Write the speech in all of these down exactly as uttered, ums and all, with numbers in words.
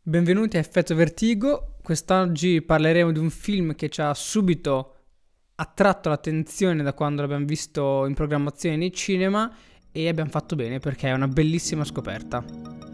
Benvenuti a Effetto Vertigo. Quest'oggi parleremo di un film che ci ha subito attratto l'attenzione da quando l'abbiamo visto in programmazione nei cinema e abbiamo fatto bene perché è una bellissima scoperta.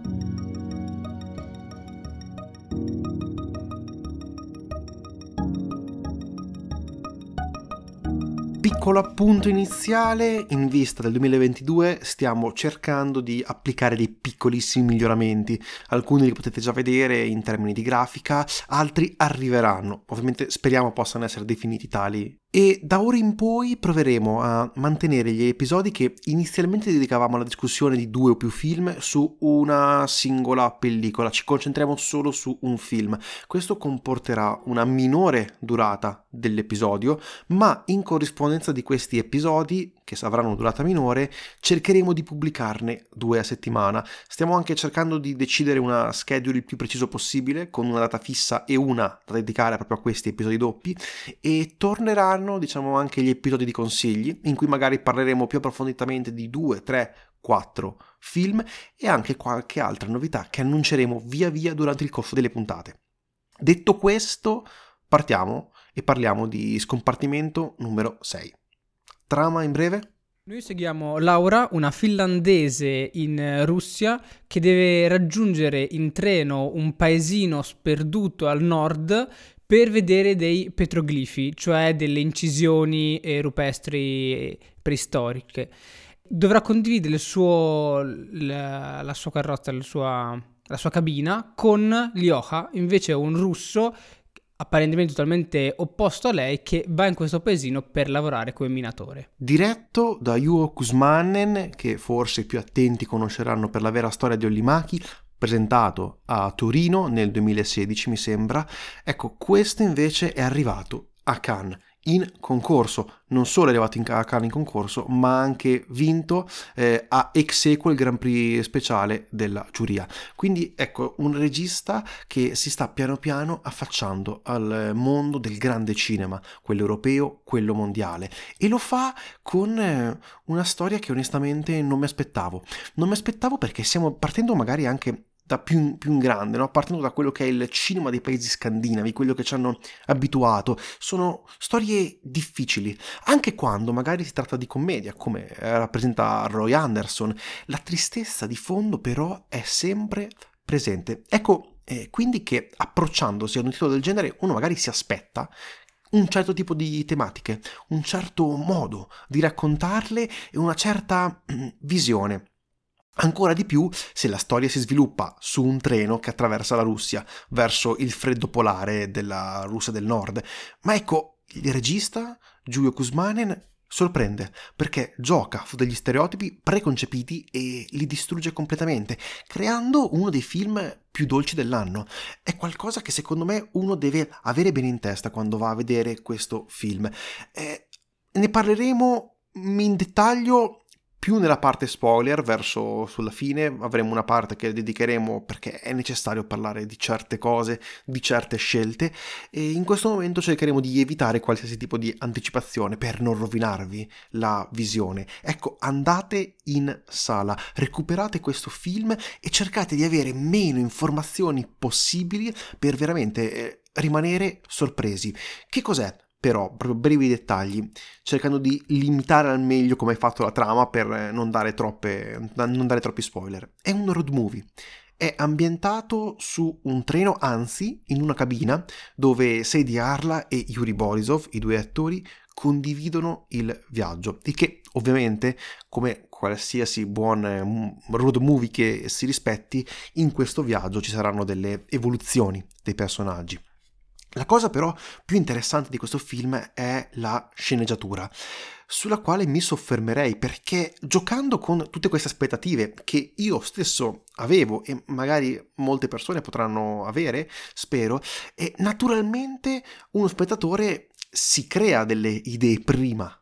Piccolo appunto iniziale: in vista del duemilaventidue stiamo cercando di applicare dei piccolissimi miglioramenti, alcuni li potete già vedere in termini di grafica, altri arriveranno, ovviamente speriamo possano essere definiti tali. E da ora in poi proveremo a mantenere gli episodi che inizialmente dedicavamo alla discussione di due o più film su una singola pellicola, ci concentriamo solo su un film. Questo comporterà una minore durata dell'episodio, ma in corrispondenza di questi episodi, che avranno durata minore, cercheremo di pubblicarne due a settimana. Stiamo anche cercando di decidere una schedule il più preciso possibile, con una data fissa e una da dedicare proprio a questi episodi doppi, e torneranno, diciamo, anche gli episodi di consigli, in cui magari parleremo più approfonditamente di due, tre, quattro film e anche qualche altra novità che annunceremo via via durante il corso delle puntate. Detto questo, partiamo e parliamo di Scompartimento numero sei. Trama in breve? Noi seguiamo Laura, una finlandese in Russia che deve raggiungere in treno un paesino sperduto al nord per vedere dei petroglifi, cioè delle incisioni eh, rupestri preistoriche. Dovrà condividere il suo, la, la sua carrozza, la sua, la sua cabina con Lyoha, invece un russo apparentemente totalmente opposto a lei, che va in questo paesino per lavorare come minatore. Diretto da Juho Kuusmanen, che forse i più attenti conosceranno per la vera storia di Ollimaki, presentato a Torino nel duemilasedici mi sembra. Ecco, questo invece è arrivato a Cannes in concorso, non solo è arrivato in, a Cannes in concorso, ma ha anche vinto eh, a ex aequo il Grand Prix speciale della giuria. Quindi ecco, un regista che si sta piano piano affacciando al mondo del grande cinema, quello europeo, quello mondiale, e lo fa con eh, una storia che onestamente non mi aspettavo. Non mi aspettavo perché stiamo partendo magari anche da più in, più in grande, no? Partendo da quello che è il cinema dei paesi scandinavi, quello che ci hanno abituato. Sono storie difficili, anche quando magari si tratta di commedia, come rappresenta Roy Andersson. La tristezza di fondo però è sempre presente. Ecco, eh, quindi che approcciandosi ad un titolo del genere uno magari si aspetta un certo tipo di tematiche, un certo modo di raccontarle e una certa visione. Ancora di più se la storia si sviluppa su un treno che attraversa la Russia verso il freddo polare della Russia del Nord. Ma ecco, il regista, Juho Kuusmanen, sorprende perché gioca su degli stereotipi preconcepiti e li distrugge completamente, creando uno dei film più dolci dell'anno. È qualcosa che secondo me uno deve avere bene in testa quando va a vedere questo film. Eh, ne parleremo in dettaglio più nella parte spoiler, verso sulla fine avremo una parte che dedicheremo perché è necessario parlare di certe cose, di certe scelte, e in questo momento cercheremo di evitare qualsiasi tipo di anticipazione per non rovinarvi la visione. Ecco, andate in sala, recuperate questo film e cercate di avere meno informazioni possibili per veramente eh, rimanere sorpresi. Che cos'è? Però, proprio brevi dettagli, cercando di limitare al meglio come hai fatto la trama per non dare troppe, non dare troppi spoiler. È un road movie. È ambientato su un treno, anzi, in una cabina, dove Sadie Arla e Yuri Borisov, i due attori, condividono il viaggio. Il che, ovviamente, come qualsiasi buon road movie che si rispetti, in questo viaggio ci saranno delle evoluzioni dei personaggi. La cosa però più interessante di questo film è la sceneggiatura, sulla quale mi soffermerei perché giocando con tutte queste aspettative che io stesso avevo e magari molte persone potranno avere, spero, e naturalmente uno spettatore si crea delle idee prima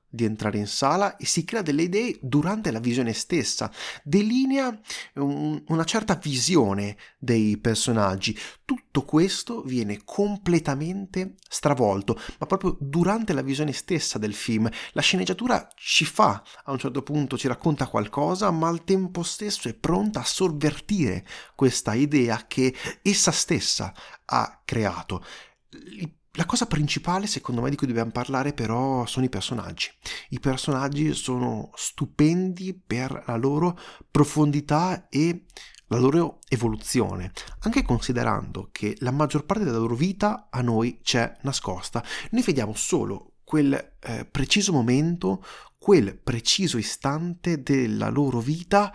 di entrare in sala e si crea delle idee durante la visione stessa, delinea un, una certa visione dei personaggi. Tutto questo viene completamente stravolto, ma proprio durante la visione stessa del film. La sceneggiatura ci fa, a un certo punto ci racconta qualcosa, ma al tempo stesso è pronta a sovvertire questa idea che essa stessa ha creato. Il La cosa principale, secondo me, di cui dobbiamo parlare però sono i personaggi. I personaggi sono stupendi per la loro profondità e la loro evoluzione, anche considerando che la maggior parte della loro vita a noi c'è nascosta. Noi vediamo solo quel eh, preciso momento, quel preciso istante della loro vita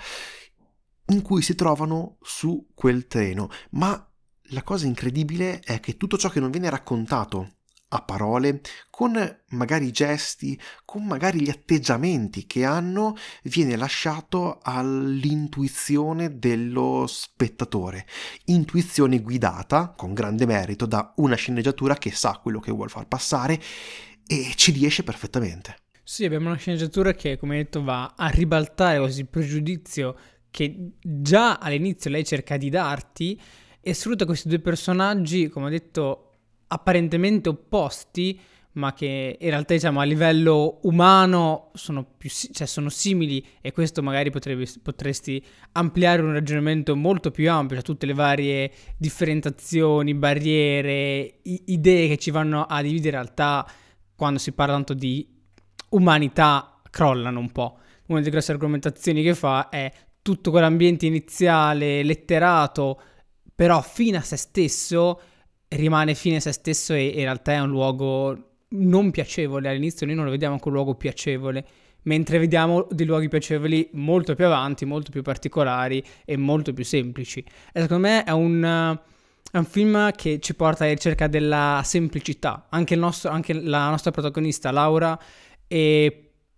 in cui si trovano su quel treno, ma la cosa incredibile è che tutto ciò che non viene raccontato a parole, con magari i gesti, con magari gli atteggiamenti che hanno, viene lasciato all'intuizione dello spettatore. Intuizione guidata, con grande merito, da una sceneggiatura che sa quello che vuol far passare e ci riesce perfettamente. Sì, abbiamo una sceneggiatura che, come detto, va a ribaltare così il pregiudizio che già all'inizio lei cerca di darti, e sfrutta questi due personaggi, come ho detto, apparentemente opposti, ma che in realtà, diciamo, a livello umano sono più, cioè sono simili, e questo magari potrebbe, potresti ampliare un ragionamento molto più ampio, cioè tutte le varie differenziazioni, barriere, i- idee che ci vanno a dividere. In realtà, quando si parla tanto di umanità, crollano un po'. Una delle grosse argomentazioni che fa è tutto quell'ambiente iniziale, letterato, però fine a se stesso, rimane fine a se stesso, e in realtà è un luogo non piacevole. All'inizio noi non lo vediamo come un luogo piacevole, mentre vediamo dei luoghi piacevoli molto più avanti, molto più particolari e molto più semplici. E secondo me è un, è un film che ci porta alla ricerca della semplicità. Anche, il nostro, anche la nostra protagonista Laura è,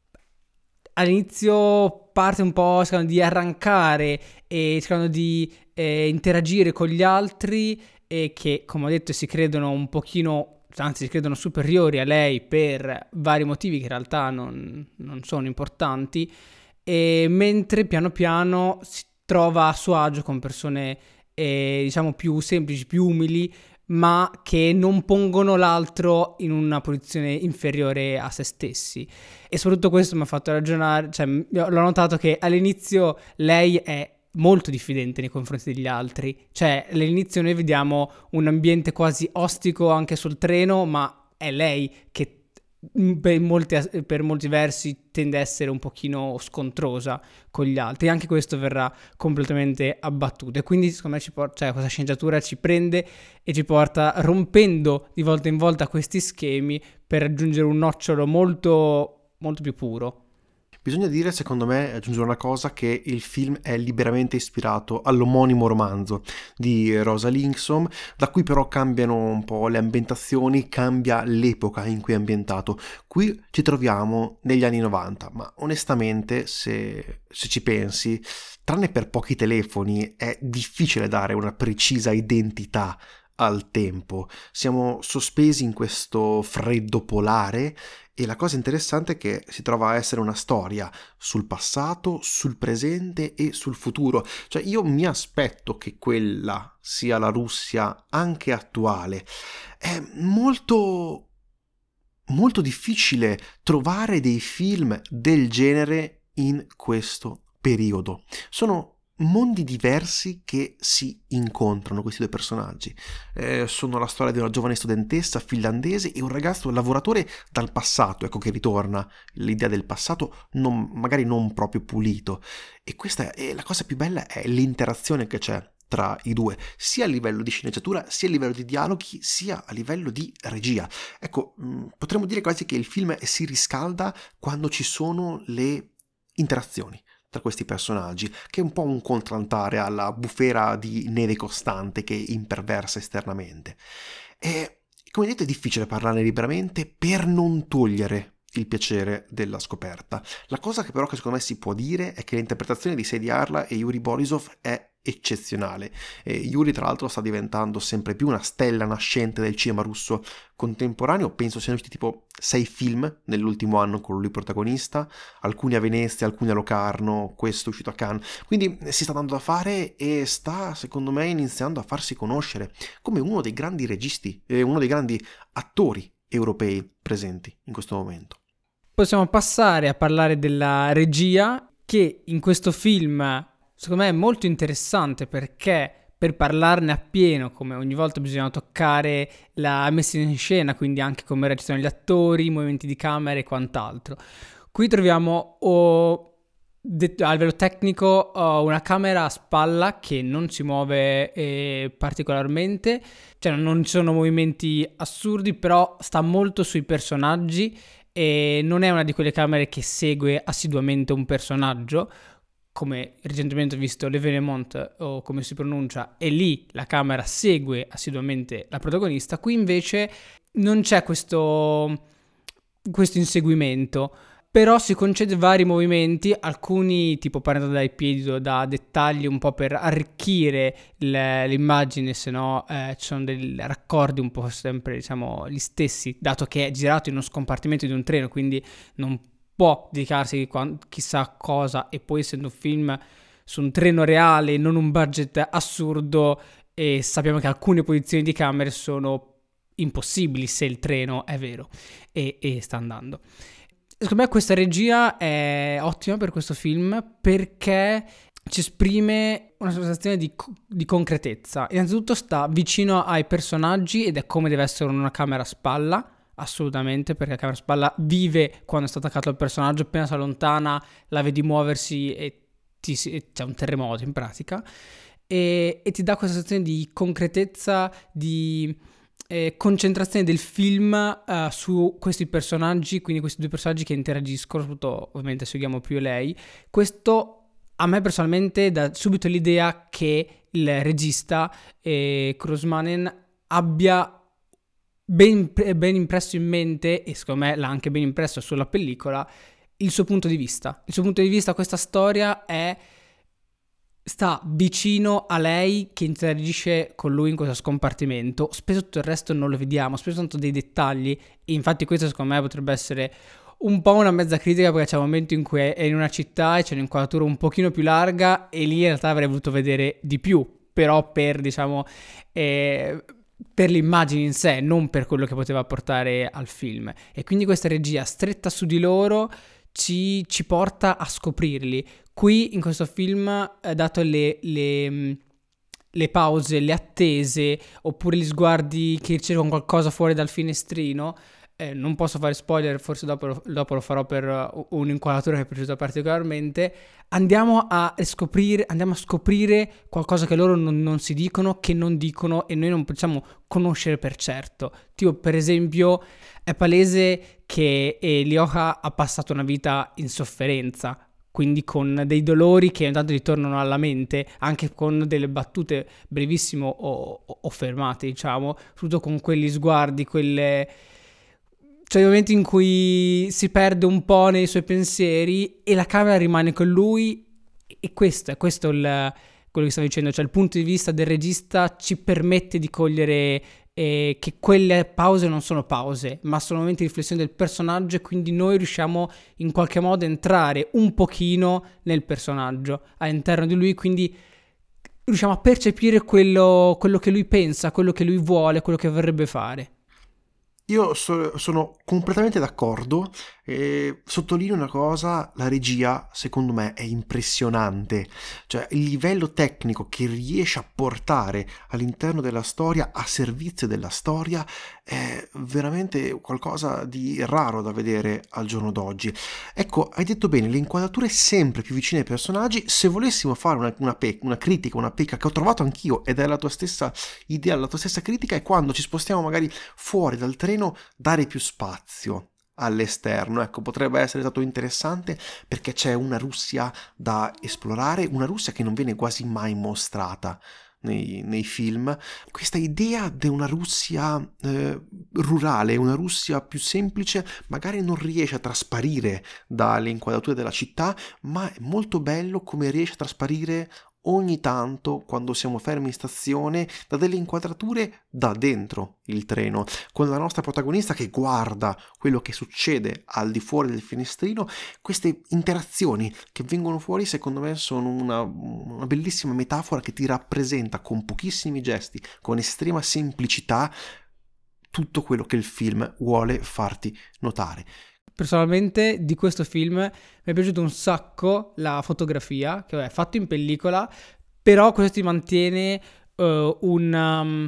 all'inizio parte un po' cercando di arrancare e cercando di eh, interagire con gli altri, e che, come ho detto, si credono un pochino, anzi si credono superiori a lei per vari motivi che in realtà non, non sono importanti, e mentre piano piano si trova a suo agio con persone eh, diciamo più semplici, più umili, ma che non pongono l'altro in una posizione inferiore a se stessi. E soprattutto questo mi ha fatto ragionare, cioè l'ho notato che all'inizio lei è molto diffidente nei confronti degli altri, cioè all'inizio noi vediamo un ambiente quasi ostico anche sul treno, ma è lei che per molti, per molti versi tende a essere un pochino scontrosa con gli altri, e anche questo verrà completamente abbattuto. E quindi secondo me ci porta, cioè, questa sceneggiatura ci prende e ci porta rompendo di volta in volta questi schemi per raggiungere un nocciolo molto molto più puro. Bisogna dire, secondo me, aggiungere una cosa, che il film è liberamente ispirato all'omonimo romanzo di Rosa Linksom, da cui però cambiano un po' le ambientazioni, cambia l'epoca in cui è ambientato. Qui ci troviamo negli anni novanta, ma onestamente, se, se ci pensi, tranne per pochi telefoni, è difficile dare una precisa identità al tempo. Siamo sospesi in questo freddo polare, e la cosa interessante è che si trova a essere una storia sul passato, sul presente e sul futuro. Cioè io mi aspetto che quella sia la Russia anche attuale. È molto molto difficile trovare dei film del genere in questo periodo. Sono mondi diversi che si incontrano, questi due personaggi. Eh, sono la storia di una giovane studentessa finlandese e un ragazzo lavoratore dal passato, ecco che ritorna l'idea del passato non, magari non proprio pulito. E questa è la cosa più bella, è l'interazione che c'è tra i due, sia a livello di sceneggiatura, sia a livello di dialoghi, sia a livello di regia. Ecco, mh, potremmo dire quasi che il film si riscalda quando ci sono le interazioni tra questi personaggi, che è un po' un contraltare alla bufera di neve costante che imperversa esternamente. E, come detto, è difficile parlarne liberamente per non togliere il piacere della scoperta. La cosa che però che secondo me si può dire è che l'interpretazione di Sadie Arla e Yuri Borisov è eccezionale. E Yuri tra l'altro sta diventando sempre più una stella nascente del cinema russo contemporaneo, penso siano usciti tipo sei film nell'ultimo anno con lui protagonista, alcuni a Venezia, alcuni a Locarno, questo è uscito a Cannes, quindi si sta dando da fare e sta secondo me iniziando a farsi conoscere come uno dei grandi registi e uno dei grandi attori europei presenti in questo momento. Possiamo passare a parlare della regia, che in questo film secondo me è molto interessante, perché per parlarne appieno, come ogni volta, bisogna toccare la messa in scena, quindi anche come recitano gli attori, i movimenti di camera e quant'altro. Qui troviamo oh, det- a livello tecnico oh, una camera a spalla che non si muove eh, particolarmente, cioè non ci sono movimenti assurdi, però sta molto sui personaggi e non è una di quelle camere che segue assiduamente un personaggio, come recentemente ho visto L'Evenement o come si pronuncia, e lì la camera segue assiduamente la protagonista. Qui invece non c'è questo, questo inseguimento, però si concede vari movimenti, alcuni tipo partendo dai piedi, da dettagli un po' per arricchire le, l'immagine, se no eh, ci sono dei raccordi un po' sempre diciamo gli stessi, dato che è girato in uno scompartimento di un treno, quindi non può dedicarsi a chissà cosa, e poi essendo un film su un treno reale, non un budget assurdo, e sappiamo che alcune posizioni di camere sono impossibili se il treno è vero e, e sta andando. Secondo me questa regia è ottima per questo film perché ci esprime una sensazione di, di concretezza. Innanzitutto sta vicino ai personaggi ed è come deve essere una camera a spalla, assolutamente, perché la camera a spalla vive quando sta attaccato al personaggio, appena si allontana la vedi muoversi e, ti, e c'è un terremoto in pratica, e, e ti dà questa sensazione di concretezza, di eh, concentrazione del film uh, su questi personaggi, quindi questi due personaggi che interagiscono, soprattutto ovviamente seguiamo più lei. Questo a me personalmente dà subito l'idea che il regista eh, Krusmanen abbia Ben, ben impresso in mente, e secondo me l'ha anche ben impresso sulla pellicola, il suo punto di vista. Il suo punto di vista, questa storia è sta vicino a lei che interagisce con lui in questo scompartimento. Spesso tutto il resto non lo vediamo, spesso sono dei dettagli, e infatti questo secondo me potrebbe essere un po' una mezza critica, perché c'è un momento in cui è in una città e c'è un'inquadratura un pochino più larga e lì in realtà avrei voluto vedere di più, però per diciamo eh, per l'immagine in sé, non per quello che poteva portare al film. E quindi questa regia stretta su di loro ci, ci porta a scoprirli. Qui in questo film, eh, dato le, le, le pause, le attese, oppure gli sguardi che cercano qualcosa fuori dal finestrino, eh, non posso fare spoiler, forse dopo lo, dopo lo farò per uh, un'inquadratura che mi è piaciuta particolarmente. Andiamo a scoprire, andiamo a scoprire qualcosa che loro non, non si dicono, che non dicono, e noi non possiamo conoscere per certo. Tipo, per esempio, è palese che Elioha ha passato una vita in sofferenza, quindi con dei dolori che intanto gli tornano alla mente, anche con delle battute brevissimo o, o, o fermate, diciamo, soprattutto con quegli sguardi, quelle... Cioè i momenti in cui si perde un po' nei suoi pensieri e la camera rimane con lui, e questo è questo il, quello che stavo dicendo, cioè il punto di vista del regista ci permette di cogliere eh, che quelle pause non sono pause, ma sono momenti di riflessione del personaggio, e quindi noi riusciamo in qualche modo a entrare un pochino nel personaggio, all'interno di lui, quindi riusciamo a percepire quello, quello che lui pensa, quello che lui vuole, quello che vorrebbe fare. Io so, sono completamente d'accordo e sottolineo una cosa: la regia secondo me è impressionante, cioè il livello tecnico che riesce a portare all'interno della storia, a servizio della storia, è veramente qualcosa di raro da vedere al giorno d'oggi. Ecco, hai detto bene, le inquadrature sempre più vicine ai personaggi. Se volessimo fare una, una, pe- una critica, una pecca che ho trovato anch'io, ed è la tua stessa idea, la tua stessa critica, è quando ci spostiamo magari fuori dal treno, dare più spazio all'esterno. Ecco, potrebbe essere stato interessante, perché c'è una Russia da esplorare, una Russia che non viene quasi mai mostrata nei, nei film. Questa idea di una Russia eh, rurale, una Russia più semplice, magari non riesce a trasparire dalle inquadrature della città, ma è molto bello come riesce a trasparire ogni tanto, quando siamo fermi in stazione, da delle inquadrature da dentro il treno, con la nostra protagonista che guarda quello che succede al di fuori del finestrino. Queste interazioni che vengono fuori, secondo me, sono una, una bellissima metafora che ti rappresenta con pochissimi gesti, con estrema semplicità, tutto quello che il film vuole farti notare. Personalmente di questo film mi è piaciuto un sacco la fotografia, che è fatto in pellicola, però questo ti mantiene uh, un, um,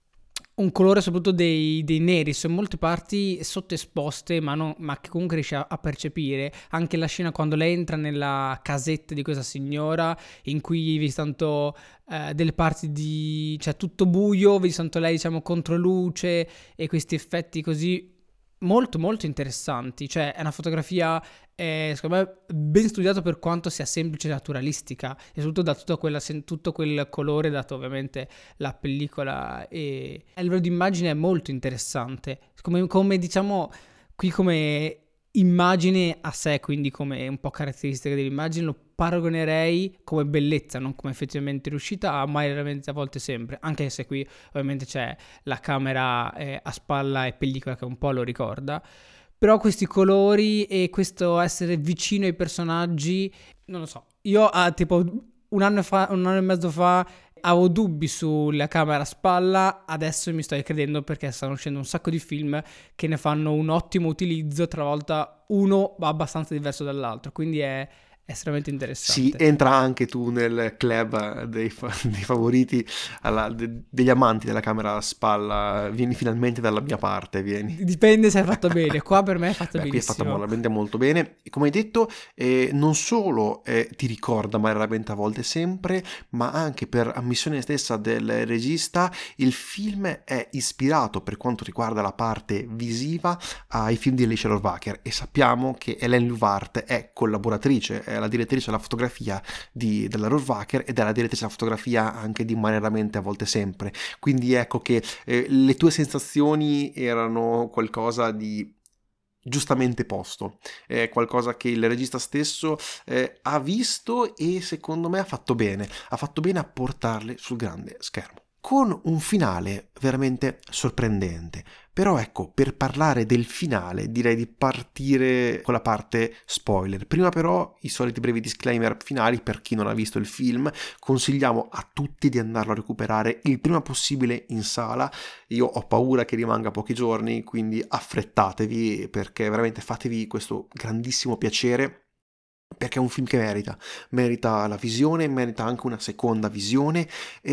un colore soprattutto dei, dei neri, sono molte parti sottoesposte, ma, non, ma che comunque riesci a, a percepire. Anche la scena quando lei entra nella casetta di questa signora, in cui vedi tanto uh, delle parti di... cioè tutto buio, vedi tanto lei diciamo contro luce e questi effetti così molto molto interessanti. Cioè è una fotografia eh, secondo me ben studiata per quanto sia semplice e naturalistica, e soprattutto da tutto, quella, tutto quel colore dato ovviamente la pellicola, e a livello di immagine è molto interessante come, come diciamo qui come immagine a sé, quindi come un po' caratteristica dell'immagine lo paragonerei come bellezza, non come effettivamente riuscita, ma veramente a volte sempre, anche se qui ovviamente c'è la camera eh, a spalla e pellicola che un po' lo ricorda, però questi colori e questo essere vicino ai personaggi, non lo so, io ah, tipo un anno fa, un anno e mezzo fa avevo dubbi sulla camera a spalla, adesso mi sto ricredendo perché stanno uscendo un sacco di film che ne fanno un ottimo utilizzo, travolta uno va abbastanza diverso dall'altro, quindi è estremamente interessante. Sì, entra anche tu nel club dei, fa- dei favoriti alla, de- degli amanti della camera a spalla. Vieni finalmente dalla mia parte, vieni. Dipende se è fatto bene, qua per me è fatto Beh, qui è fatta benissimo. veramente molto bene. E come hai detto, eh, non solo eh, ti ricorda, ma raramente a volte sempre, ma anche per ammissione stessa del regista, il film è ispirato, per quanto riguarda la parte visiva, ai film di Alicia Rohrwacher, e sappiamo che Hélène Louvart è collaboratrice, è la direttrice della fotografia di, della Rohrwacher, ed è la direttrice della fotografia anche di Ma raramente a volte sempre. Quindi ecco che eh, le tue sensazioni erano qualcosa di giustamente posto, è qualcosa che il regista stesso eh, ha visto e secondo me ha fatto bene, ha fatto bene a portarle sul grande schermo, con un finale veramente sorprendente. Però ecco, per parlare del finale direi di partire con la parte spoiler. Prima però i soliti brevi disclaimer finali per chi non ha visto il film. Consigliamo a tutti di andarlo a recuperare il prima possibile in sala. Io ho paura che rimanga pochi giorni, quindi affrettatevi, perché veramente fatevi questo grandissimo piacere, perché è un film che merita, merita la visione, merita anche una seconda visione,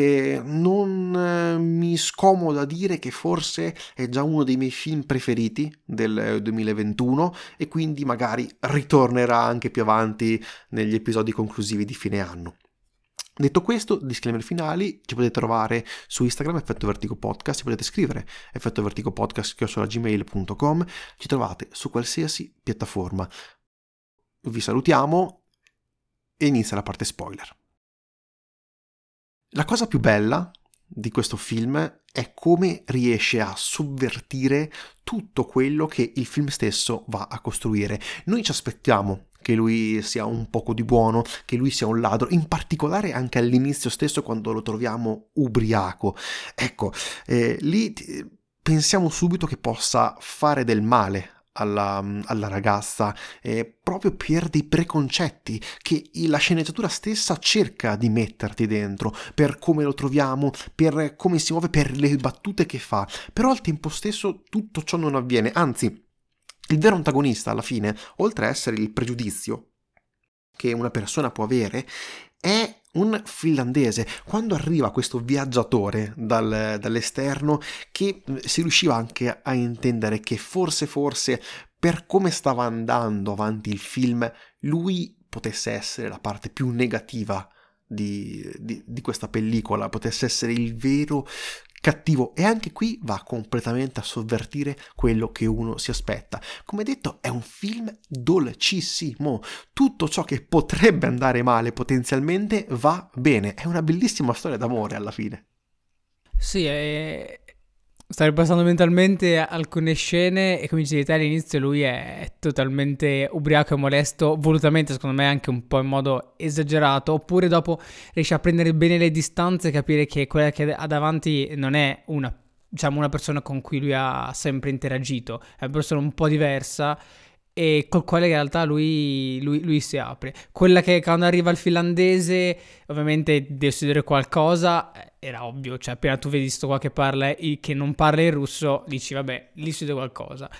e non eh, mi scomoda dire che forse è già uno dei miei film preferiti del duemilaventuno, e quindi magari ritornerà anche più avanti negli episodi conclusivi di fine anno. Detto questo, disclaimer finali, ci potete trovare su Instagram Effetto Vertigo Podcast, ci potete scrivere effettovertigopodcast chiocciola gmail punto com, ci trovate su qualsiasi piattaforma. Vi salutiamo e inizia la parte spoiler. La cosa più bella di questo film è come riesce a sovvertire tutto quello che il film stesso va a costruire. Noi ci aspettiamo che lui sia un poco di buono, che lui sia un ladro, in particolare anche all'inizio stesso quando lo troviamo ubriaco. Ecco, eh, lì t- pensiamo subito che possa fare del male Alla, alla ragazza, eh, proprio per dei preconcetti che la sceneggiatura stessa cerca di metterti dentro, per come lo troviamo, per come si muove, per le battute che fa. Però al tempo stesso tutto ciò non avviene, anzi il vero antagonista alla fine, oltre a essere il pregiudizio che una persona può avere, è un finlandese. Quando arriva questo viaggiatore dal, dall'esterno, che si riusciva anche a intendere che forse forse per come stava andando avanti il film lui potesse essere la parte più negativa di, di, di questa pellicola, potesse essere il vero cattivo, e anche qui va completamente a sovvertire quello che uno si aspetta. Come detto, è un film dolcissimo, tutto ciò che potrebbe andare male potenzialmente va bene, è una bellissima storia d'amore alla fine. Sì, è... Sto ripassando mentalmente alcune scene e come dicevi te all'inizio lui è totalmente ubriaco e molesto, volutamente secondo me anche un po' in modo esagerato, oppure dopo riesce a prendere bene le distanze e capire che quella che ha davanti non è una, diciamo, una persona con cui lui ha sempre interagito, è una persona un po' diversa e col quale in realtà lui, lui, lui si apre. Quella che quando arriva il finlandese ovviamente deve succedere qualcosa, eh, era ovvio, cioè appena tu vedi sto qua che parla e che non parla il russo, dici vabbè, lì succede qualcosa.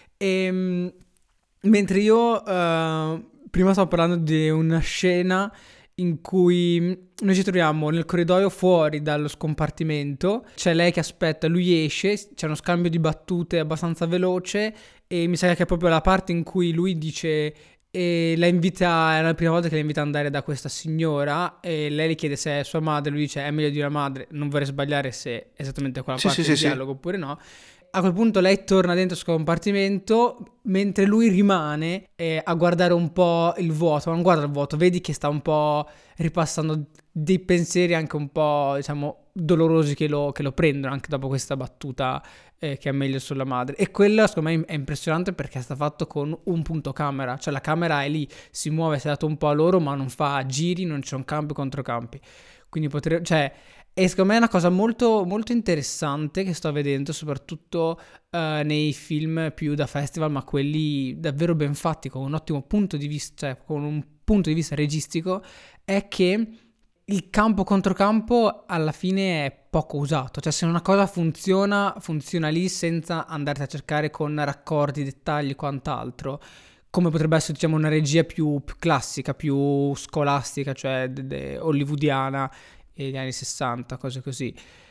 E, mentre io eh, prima stavo parlando di una scena in cui noi ci troviamo nel corridoio fuori dallo scompartimento, c'è lei che aspetta, lui esce, c'è uno scambio di battute abbastanza veloce e mi sa che è proprio la parte in cui lui dice e la invita, è la prima volta che la invita ad andare da questa signora e lei le chiede se è sua madre, lui dice è meglio di una madre, non vorrei sbagliare se è esattamente quella Sì, parte sì, del sì, sì. dialogo oppure no. A quel punto lei torna dentro il suo compartimento mentre lui rimane eh, a guardare un po' il vuoto, non guarda il vuoto, vedi che sta un po' ripassando dei pensieri anche un po', diciamo, dolorosi che lo, che lo prendono anche dopo questa battuta eh, che è meglio sulla madre. E quello secondo me è impressionante perché sta fatto con un punto camera, cioè la camera è lì, si muove, si è dato un po' a loro ma non fa giri, non c'è un campo e controcampi. Quindi potrebbe, cioè, e secondo me è una cosa molto, molto interessante che sto vedendo, soprattutto uh, nei film più da festival, ma quelli davvero ben fatti, con un ottimo punto di vista, cioè con un punto di vista registico, è che il campo-controcampo alla fine è poco usato. Cioè se una cosa funziona, funziona lì senza andarti a cercare con raccordi, dettagli e quant'altro. Come potrebbe essere, diciamo, una regia più, più classica, più scolastica, cioè de- de- hollywoodiana, e gli anni sessanta, cose così.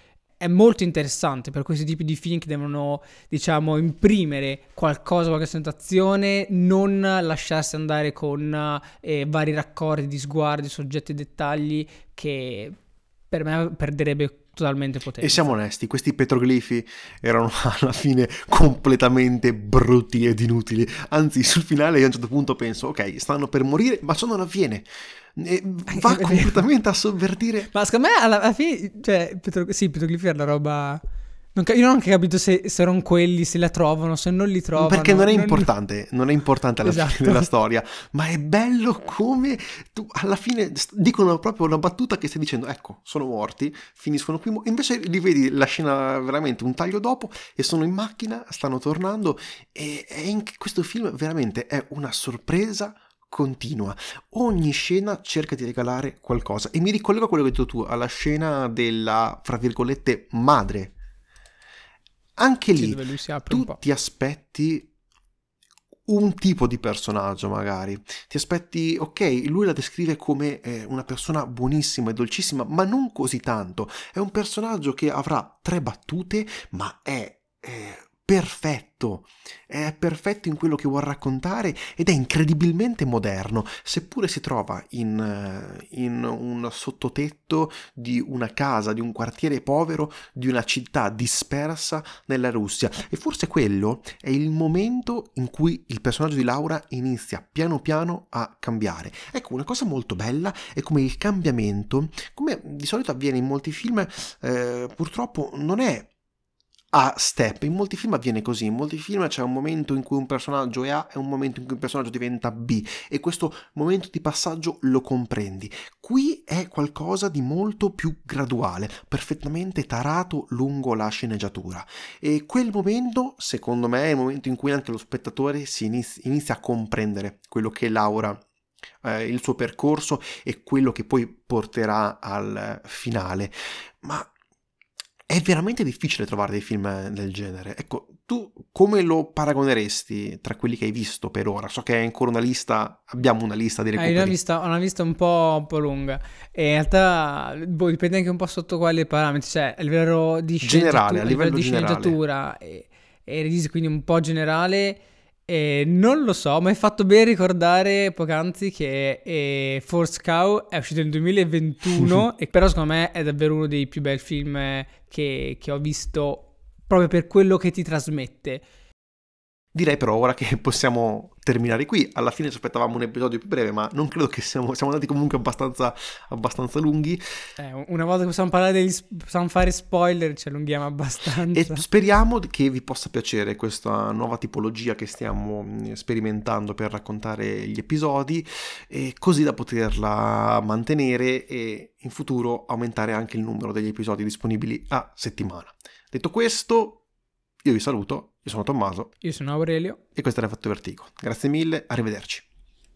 È molto interessante per questi tipi di film che devono, diciamo, imprimere qualcosa, qualche sensazione, non lasciarsi andare con eh, vari raccordi di sguardi, soggetti e dettagli che per me perderebbe totalmente E siamo potenza. onesti, questi petroglifi erano alla fine completamente brutti ed inutili. Anzi, sul finale io a un certo punto penso, ok, stanno per morire, ma ciò non avviene. E va È vero. completamente a sovvertire. Ma secondo me alla, alla fine, cioè, Petro, sì, petroglifi era una roba. Non ca- io non ho anche capito se, se erano quelli, se la trovano, se non li Perché trovano. non è non- importante, non è importante alla fine Esatto. della storia, ma è bello come tu alla fine st- dicono proprio una battuta che stai dicendo, ecco, sono morti, finiscono qui, mo-". Invece li vedi la scena veramente un taglio dopo e sono in macchina, stanno tornando e, e in questo film veramente è una sorpresa continua. Ogni scena cerca di regalare qualcosa e mi ricollego a quello che hai detto tu, alla scena della, fra virgolette, madre. Anche Sì, lì dove lui si apre un tu po'. ti aspetti un tipo di personaggio magari, ti aspetti, ok, lui la descrive come eh, una persona buonissima e dolcissima, ma non così tanto, è un personaggio che avrà tre battute, ma è eh, perfetto, è perfetto in quello che vuol raccontare ed è incredibilmente moderno, seppure si trova in, eh, in un sottotetto di una casa, di un quartiere povero, di una città dispersa nella Russia. E forse quello è il momento in cui il personaggio di Laura inizia piano piano a cambiare. Ecco, una cosa molto bella è come il cambiamento, come di solito avviene in molti film, eh, purtroppo non è a step. In molti film avviene così, in molti film c'è un momento in cui un personaggio è A e un momento in cui un personaggio diventa B e questo momento di passaggio lo comprendi. Qui è qualcosa di molto più graduale, perfettamente tarato lungo la sceneggiatura e quel momento, secondo me, è il momento in cui anche lo spettatore si inizia, inizia a comprendere quello che Laura, eh, il suo percorso e quello che poi porterà al finale. Ma è veramente difficile trovare dei film del genere. Ecco, tu come lo paragoneresti tra quelli che hai visto per ora? So che è ancora una lista, abbiamo una lista di Eh, io ho una recuperi. vista, ho una vista un po', un po' lunga e in realtà boh, dipende anche un po' sotto quali parametri, cioè a livello di Generale, sceneggiatura, a a livello livello di generale. sceneggiatura e, e regista, quindi un po' generale, e non lo so, mi hai fatto bene ricordare poc'anzi che eh, Force Cow è uscito nel duemilaventuno e però secondo me è davvero uno dei più bei film eh, che, che ho visto proprio per quello che ti trasmette. Direi però ora che possiamo terminare qui. Alla fine ci aspettavamo un episodio più breve, ma non credo che siamo, siamo andati comunque abbastanza, abbastanza lunghi. Eh, una volta che possiamo parlare degli, possiamo fare spoiler, ci allunghiamo abbastanza. E speriamo che vi possa piacere questa nuova tipologia che stiamo sperimentando per raccontare gli episodi, e così da poterla mantenere e in futuro aumentare anche il numero degli episodi disponibili a settimana. Detto questo, io vi saluto, io sono Tommaso. Io sono Aurelio. E questo era Fatto Vertigo. Grazie mille, arrivederci.